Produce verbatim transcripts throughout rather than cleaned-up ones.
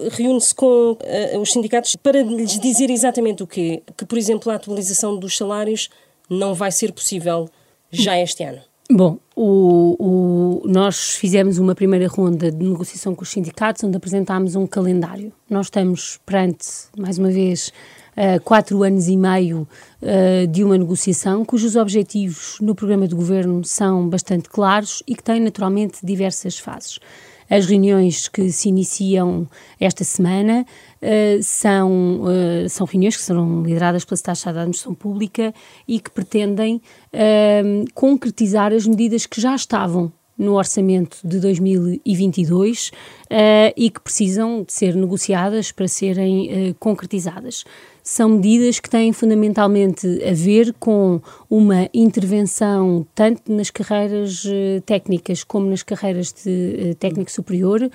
reúne-se com uh, os sindicatos para lhes dizer exatamente o quê? Que, por exemplo, a atualização dos salários não vai ser possível já este ano. Bom, o, o, nós fizemos uma primeira ronda de negociação com os sindicatos, onde apresentámos um calendário. Nós estamos perante, mais uma vez, uh, quatro anos e meio uh, de uma negociação, cujos objetivos no programa de governo são bastante claros e que têm, naturalmente, diversas fases. As reuniões que se iniciam esta semana uh, são, uh, são reuniões que serão lideradas pela Secretaria da Administração Pública e que pretendem uh, concretizar as medidas que já estavam no orçamento de dois mil e vinte e dois uh, e que precisam de ser negociadas para serem uh, concretizadas. São medidas que têm fundamentalmente a ver com uma intervenção tanto nas carreiras uh, técnicas como nas carreiras de uh, técnico superior, uh,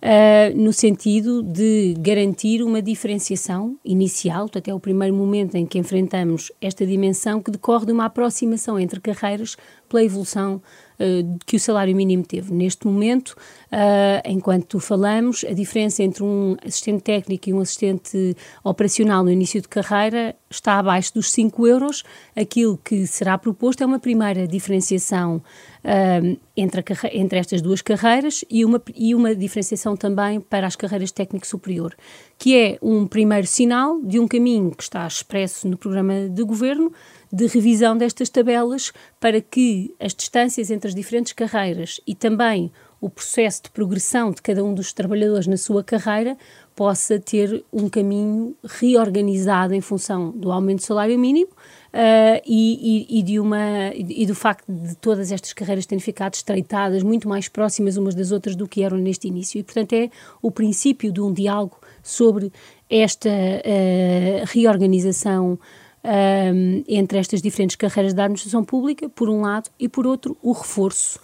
no sentido de garantir uma diferenciação inicial, portanto é o primeiro momento em que enfrentamos esta dimensão que decorre de uma aproximação entre carreiras pela evolução uh, que o salário mínimo teve. Neste momento, uh, enquanto falamos, a diferença entre um assistente técnico e um assistente operacional no início de carreira está abaixo dos cinco euros. Aquilo que será proposto é uma primeira diferenciação uh, entre, a, entre estas duas carreiras e uma, e uma diferenciação também para as carreiras de técnico superior, que é um primeiro sinal de um caminho que está expresso no programa de governo, de revisão destas tabelas para que as distâncias entre as diferentes carreiras e também o processo de progressão de cada um dos trabalhadores na sua carreira possa ter um caminho reorganizado em função do aumento do salário mínimo uh, e, e, e, de uma, e do facto de todas estas carreiras terem ficado estreitadas, muito mais próximas umas das outras do que eram neste início. E, portanto, é o princípio de um diálogo sobre esta uh, reorganização Um, entre estas diferentes carreiras da administração pública, por um lado, e por outro, o reforço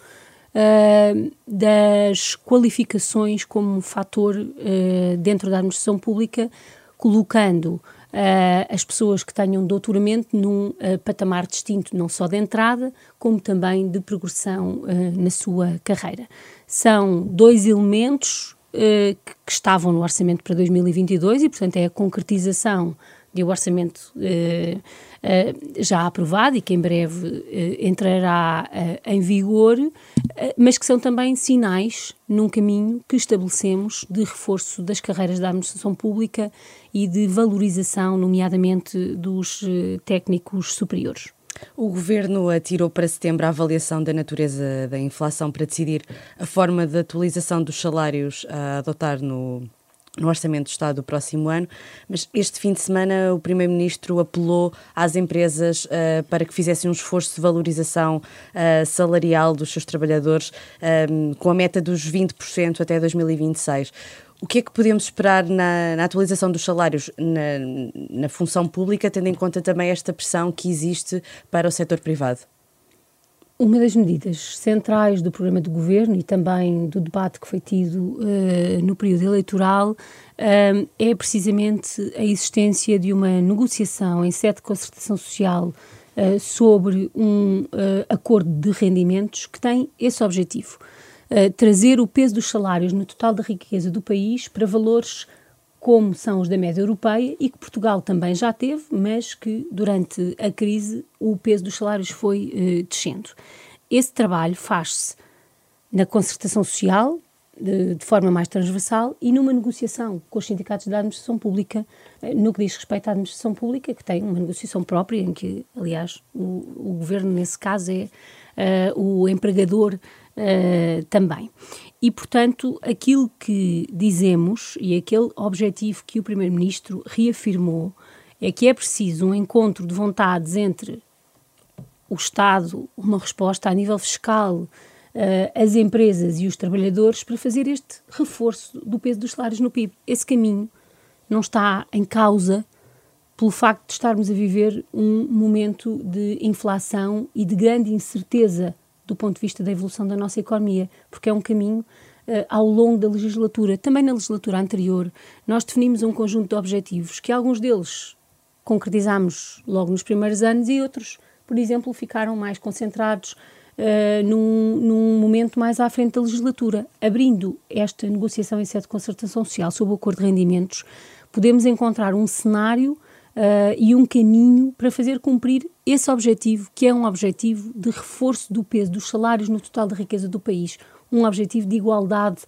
uh, das qualificações como fator uh, dentro da administração pública, colocando uh, as pessoas que tenham doutoramento num uh, patamar distinto, não só de entrada, como também de progressão uh, na sua carreira. São dois elementos uh, que, que estavam no orçamento para dois mil e vinte e dois e, portanto, é a concretização de um orçamento uh, uh, já aprovado e que em breve uh, entrará uh, em vigor, uh, mas que são também sinais num caminho que estabelecemos de reforço das carreiras da administração pública e de valorização, nomeadamente, dos uh, técnicos superiores. O Governo atirou para setembro a avaliação da natureza da inflação para decidir a forma de atualização dos salários a adotar no no Orçamento do Estado do próximo ano, mas este fim de semana o Primeiro-Ministro apelou às empresas uh, para que fizessem um esforço de valorização uh, salarial dos seus trabalhadores um, com a meta dos vinte por cento até dois mil e vinte e seis. O que é que podemos esperar na, na atualização dos salários na, na função pública, tendo em conta também esta pressão que existe para o setor privado? Uma das medidas centrais do programa de governo e também do debate que foi tido uh, no período eleitoral uh, é precisamente a existência de uma negociação em sede de concertação social uh, sobre um uh, acordo de rendimentos que tem esse objetivo, uh, trazer o peso dos salários no total da riqueza do país para valores como são os da média europeia e que Portugal também já teve, mas que durante a crise o peso dos salários foi eh, descendo. Esse trabalho faz-se na concertação social, de, de forma mais transversal, e numa negociação com os sindicatos da administração pública, eh, no que diz respeito à administração pública, que tem uma negociação própria, em que, aliás, o, o governo, nesse caso, é eh, o empregador Uh, também. E, portanto, aquilo que dizemos e aquele objetivo que o Primeiro-Ministro reafirmou é que é preciso um encontro de vontades entre o Estado, uma resposta a nível fiscal, uh, as empresas e os trabalhadores para fazer este reforço do peso dos salários no P I B. Esse caminho não está em causa pelo facto de estarmos a viver um momento de inflação e de grande incerteza do ponto de vista da evolução da nossa economia, porque é um caminho uh, ao longo da legislatura. Também na legislatura anterior, nós definimos um conjunto de objetivos que alguns deles concretizámos logo nos primeiros anos e outros, por exemplo, ficaram mais concentrados uh, num, num momento mais à frente da legislatura. Abrindo esta negociação em sede de concertação social sobre o acordo de rendimentos, podemos encontrar um cenário uh, e um caminho para fazer cumprir esse objetivo, que é um objetivo de reforço do peso dos salários no total da riqueza do país, um objetivo de igualdade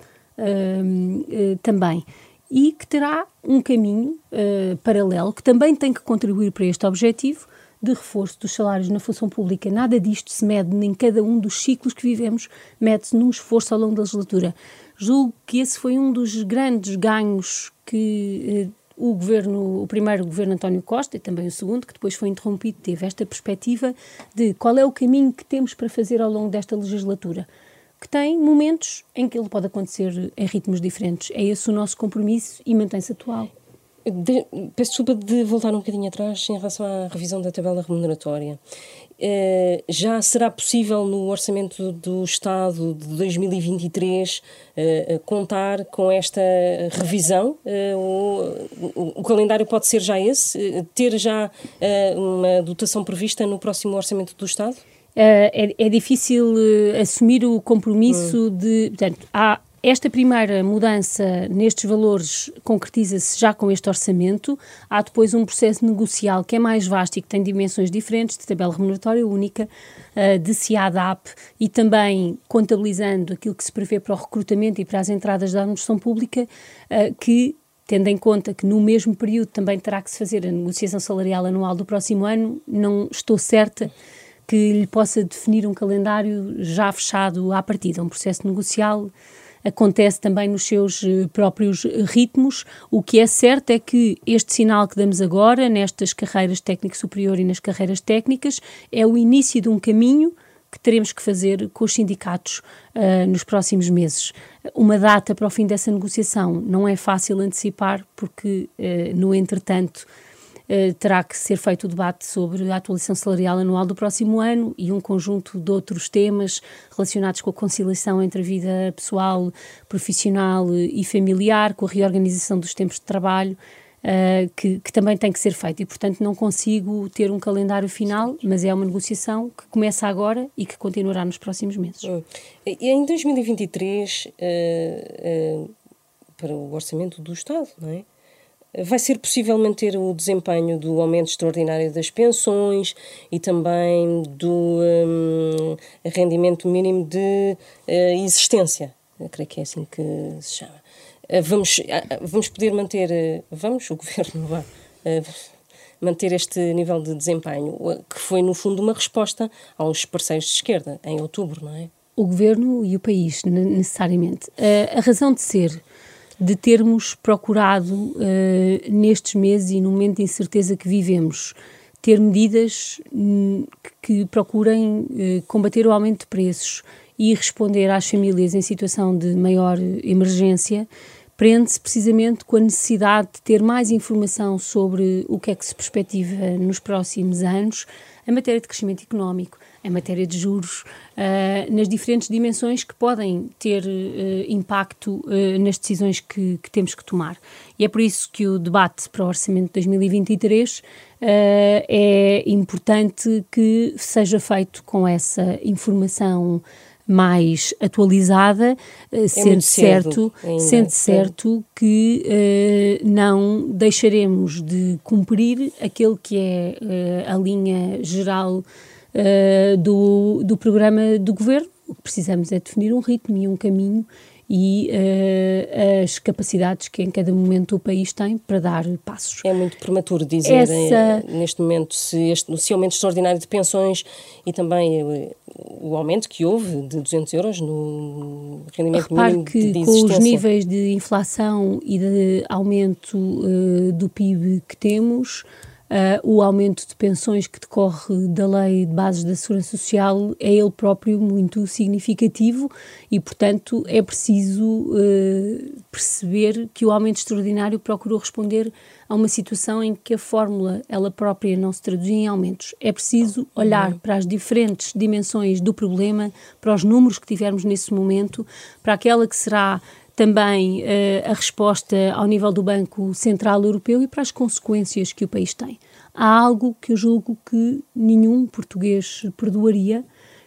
uh, uh, também. E que terá um caminho uh, paralelo, que também tem que contribuir para este objetivo de reforço dos salários na função pública. Nada disto se mede em cada um dos ciclos que vivemos, mede-se num esforço ao longo da legislatura. Julgo que esse foi um dos grandes ganhos que uh, o governo, o primeiro governo António Costa e também o segundo, que depois foi interrompido, teve esta perspectiva de qual é o caminho que temos para fazer ao longo desta legislatura, que tem momentos em que ele pode acontecer em ritmos diferentes. É esse o nosso compromisso e mantém-se atual. De, peço desculpa de voltar um bocadinho atrás em relação à revisão da tabela remuneratória. Uh, já será possível no Orçamento do Estado de dois mil e vinte e três uh, contar com esta revisão? Uh, o, o, o calendário pode ser já esse? Uh, ter já uh, uma dotação prevista no próximo Orçamento do Estado? Uh, é, é difícil uh, assumir o compromisso hum. de... Portanto, há esta primeira mudança nestes valores concretiza-se já com este orçamento. Há depois um processo negocial que é mais vasto e que tem dimensões diferentes, de tabela remuneratória única, uh, de C I A D A P e também contabilizando aquilo que se prevê para o recrutamento e para as entradas da administração pública, uh, que, tendo em conta que no mesmo período também terá que se fazer a negociação salarial anual do próximo ano, não estou certa que lhe possa definir um calendário já fechado à partida. Um processo negocial acontece também nos seus próprios ritmos. O que é certo é que este sinal que damos agora, nestas carreiras técnico superior e nas carreiras técnicas, é o início de um caminho que teremos que fazer com os sindicatos uh, nos próximos meses. Uma data para o fim dessa negociação não é fácil antecipar, porque, uh, no entretanto, Uh, terá que ser feito o debate sobre a atualização salarial anual do próximo ano e um conjunto de outros temas relacionados com a conciliação entre a vida pessoal, profissional e familiar, com a reorganização dos tempos de trabalho, uh, que, que também tem que ser feito. E, portanto, não consigo ter um calendário final, mas é uma negociação que começa agora e que continuará nos próximos meses. Hum. E em dois mil e vinte e três, uh, uh, para o Orçamento do Estado, não é? Vai ser possível manter o desempenho do aumento extraordinário das pensões e também do um, rendimento mínimo de uh, existência? Eu creio que é assim que se chama. Uh, vamos, uh, vamos poder manter, uh, vamos, o Governo vai uh, manter este nível de desempenho, uh, que foi, no fundo, uma resposta aos parceiros de esquerda, em outubro, não é? O Governo e o país, necessariamente. Uh, a razão de ser de termos procurado, uh, nestes meses e no momento de incerteza que vivemos, ter medidas um, que, que procurem uh, combater o aumento de preços e responder às famílias em situação de maior emergência, prende-se precisamente com a necessidade de ter mais informação sobre o que é que se perspectiva nos próximos anos, em matéria de crescimento económico, em matéria de juros, uh, nas diferentes dimensões que podem ter uh, impacto uh, nas decisões que, que temos que tomar. E é por isso que o debate para o Orçamento de dois mil e vinte e três uh, é importante que seja feito com essa informação mais atualizada, uh, sendo certo, sendo certo que uh, não deixaremos de cumprir aquele que é uh, a linha geral Uh, do, do programa do Governo. O que precisamos é definir um ritmo e um caminho e uh, as capacidades que em cada momento o país tem para dar passos. É muito prematuro dizer Essa... neste momento se, este, se aumento extraordinário de pensões e também o, o aumento que houve de duzentos euros no rendimento Repare mínimo que de existência. Com os níveis de inflação e de aumento uh, do P I B que temos, Uh, o aumento de pensões que decorre da Lei de Bases da Segurança Social é ele próprio muito significativo e, portanto, é preciso uh, perceber que o aumento extraordinário procurou responder a uma situação em que a fórmula, ela própria, não se traduzia em aumentos. É preciso olhar uhum. para as diferentes dimensões do problema, para os números que tivermos nesse momento, para aquela que será também uh, a resposta ao nível do Banco Central Europeu e para as consequências que o país tem. Há algo que eu julgo que nenhum português perdoaria,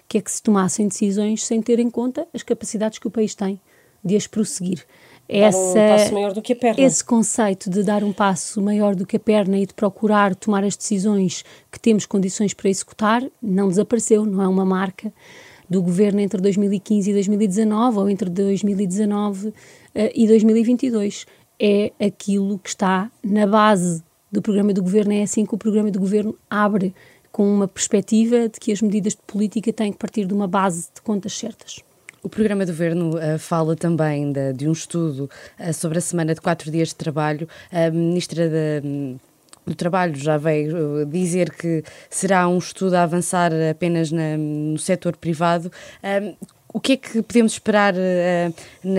que é que se tomassem decisões sem ter em conta as capacidades que o país tem de as prosseguir. Essa, dar um passo maior do que a perna. Esse conceito de dar um passo maior do que a perna e de procurar tomar as decisões que temos condições para executar não desapareceu, não é uma marca do governo entre dois mil e quinze e dois mil e dezanove ou entre dois mil e dezanove uh, e dois mil e vinte e dois. É aquilo que está na base do programa do governo, é assim que o programa do governo abre, com uma perspectiva de que as medidas de política têm que partir de uma base de contas certas. O programa do governo uh, fala também de, de um estudo uh, sobre a semana de quatro dias de trabalho. A ministra de, do Trabalho já veio uh, dizer que será um estudo a avançar apenas na, no setor privado. Uh, o que é que podemos esperar uh,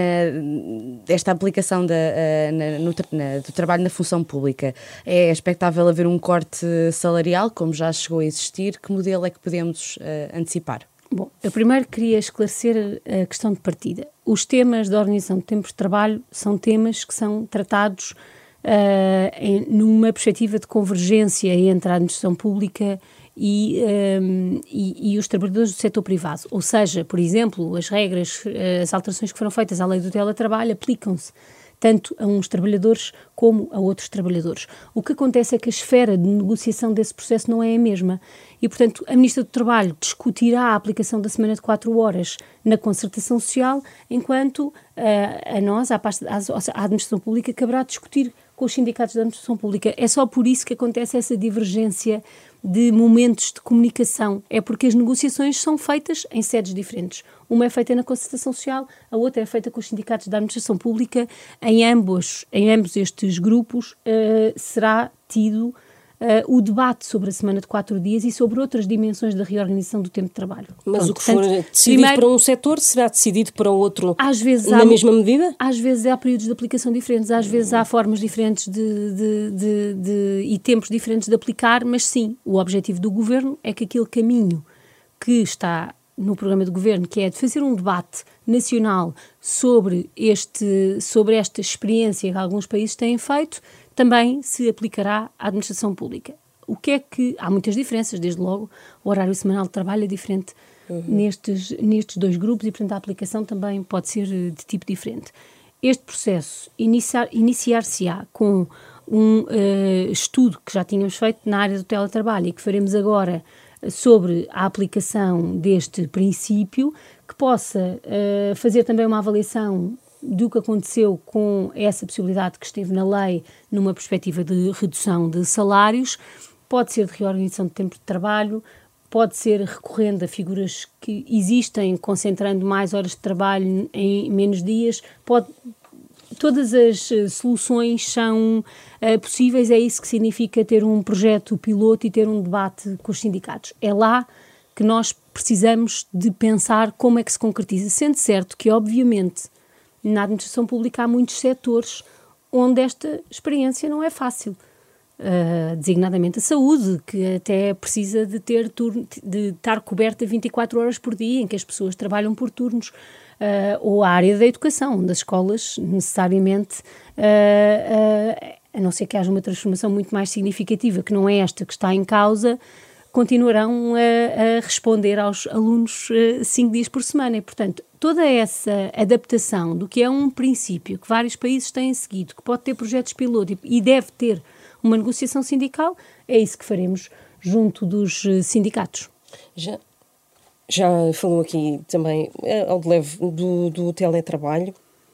na, desta aplicação da, uh, na, no, na, do trabalho na função pública? É expectável haver um corte salarial, como já chegou a existir? Que modelo é que podemos uh, antecipar? Bom, eu primeiro queria esclarecer a questão de partida. Os temas da organização de tempos de trabalho são temas que são tratados uh, em, numa perspectiva de convergência entre a administração pública e, um, e, e os trabalhadores do setor privado. Ou seja, por exemplo, as regras, as alterações que foram feitas à lei do teletrabalho aplicam-se tanto a uns trabalhadores como a outros trabalhadores. O que acontece é que a esfera de negociação desse processo não é a mesma e, portanto, a Ministra do Trabalho discutirá a aplicação da semana de quatro horas na concertação social, enquanto uh, a nós, à, à administração pública, caberá discutir com os sindicatos da administração pública. É só por isso que acontece essa divergência de momentos de comunicação. É porque as negociações são feitas em sedes diferentes. Uma é feita na concertação social, a outra é feita com os sindicatos da administração pública. Em ambos, em ambos estes grupos uh, será tido uh, o debate sobre a semana de quatro dias e sobre outras dimensões da reorganização do tempo de trabalho. Mas Pronto, o que for portanto, decidido primeiro, para um setor será decidido para o outro às vezes na há, mesma medida? Às vezes há períodos de aplicação diferentes, às vezes há formas diferentes de, de, de, de, e tempos diferentes de aplicar, mas sim, o objetivo do governo é que aquele caminho que está no programa do governo, que é de fazer um debate nacional sobre, este, sobre esta experiência que alguns países têm feito, também se aplicará à administração pública. O que é que... Há muitas diferenças, desde logo, o horário semanal de trabalho é diferente uhum. nestes, nestes dois grupos e, portanto, a aplicação também pode ser de tipo diferente. Este processo iniciar, iniciar-se-á com um uh, estudo que já tínhamos feito na área do teletrabalho e que faremos agora sobre a aplicação deste princípio, que possa uh, fazer também uma avaliação do que aconteceu com essa possibilidade que esteve na lei numa perspectiva de redução de salários. Pode ser de reorganização de tempo de trabalho, pode ser recorrendo a figuras que existem, concentrando mais horas de trabalho em menos dias, pode... Todas as soluções são uh, possíveis, é isso que significa ter um projeto piloto e ter um debate com os sindicatos. É lá que nós precisamos de pensar como é que se concretiza, sendo certo que, obviamente, na administração pública há muitos setores onde esta experiência não é fácil. Uh, designadamente a saúde, que até precisa de, ter turno, de estar coberta vinte e quatro horas por dia, em que as pessoas trabalham por turnos. Uh, ou a área da educação, onde as escolas necessariamente, uh, uh, a não ser que haja uma transformação muito mais significativa, que não é esta que está em causa, continuarão a, a responder aos alunos uh, cinco dias por semana. E, portanto, toda essa adaptação do que é um princípio que vários países têm seguido, que pode ter projetos piloto e deve ter uma negociação sindical, é isso que faremos junto dos uh, sindicatos. Já... Já falou aqui também, ao de leve, do, do teletrabalho.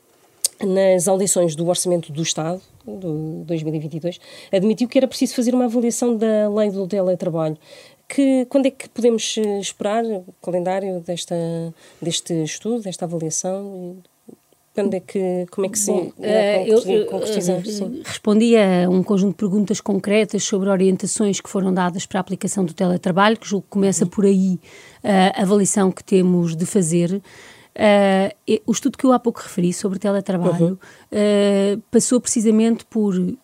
Nas audições do Orçamento do Estado, de dois mil e vinte e dois, admitiu que era preciso fazer uma avaliação da lei do teletrabalho. Que, quando é que podemos esperar o calendário desta, deste estudo, desta avaliação? Quando é que, como é que se Bom, irá eu, eu, concretizar? Eu, respondi a um conjunto de perguntas concretas sobre orientações que foram dadas para a aplicação do teletrabalho, que julgo que começa por aí uh, a avaliação que temos de fazer. Uh, o estudo que eu há pouco referi sobre teletrabalho uhum. uh, passou precisamente por uh,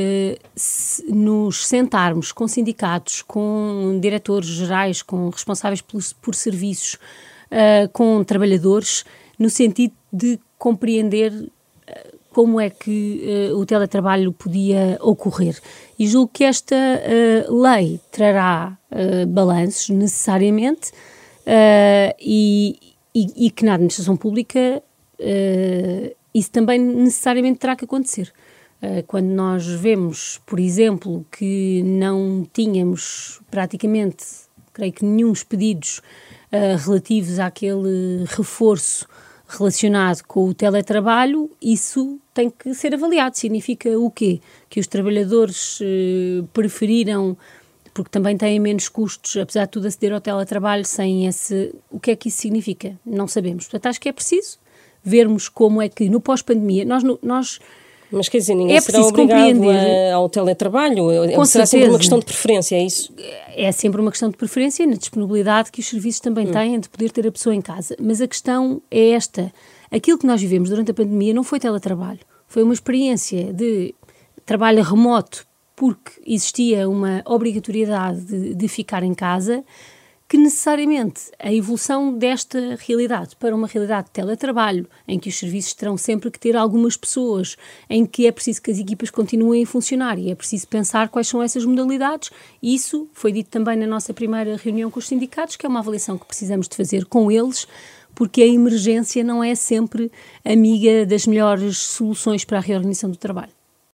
se, nos sentarmos com sindicatos, com diretores gerais, com responsáveis por, por serviços, uh, com trabalhadores, no sentido de compreender como é que uh, o teletrabalho podia ocorrer. E julgo que esta uh, lei trará uh, balanços necessariamente uh, e, e, e que na administração pública uh, isso também necessariamente terá que acontecer. Uh, quando nós vemos, por exemplo, que não tínhamos praticamente, creio que nenhum pedidos uh, relativos àquele reforço relacionado com o teletrabalho, isso tem que ser avaliado. Significa o quê? Que os trabalhadores uh, preferiram, porque também têm menos custos, apesar de tudo, aceder ao teletrabalho sem esse... O que é que isso significa? Não sabemos. Portanto, acho que é preciso vermos como é que, no pós-pandemia, nós... nós Mas quer dizer, ninguém é será obrigado a, ao teletrabalho? Com será certeza. Sempre uma questão de preferência, é isso? É sempre uma questão de preferência e na disponibilidade que os serviços também hum. têm de poder ter a pessoa em casa. Mas a questão é esta. Aquilo que nós vivemos durante a pandemia não foi teletrabalho. Foi uma experiência de trabalho remoto, porque existia uma obrigatoriedade de, de ficar em casa, que necessariamente a evolução desta realidade para uma realidade de teletrabalho, em que os serviços terão sempre que ter algumas pessoas, em que é preciso que as equipas continuem a funcionar e é preciso pensar quais são essas modalidades, e isso foi dito também na nossa primeira reunião com os sindicatos, que é uma avaliação que precisamos de fazer com eles, porque a emergência não é sempre amiga das melhores soluções para a reorganização do trabalho.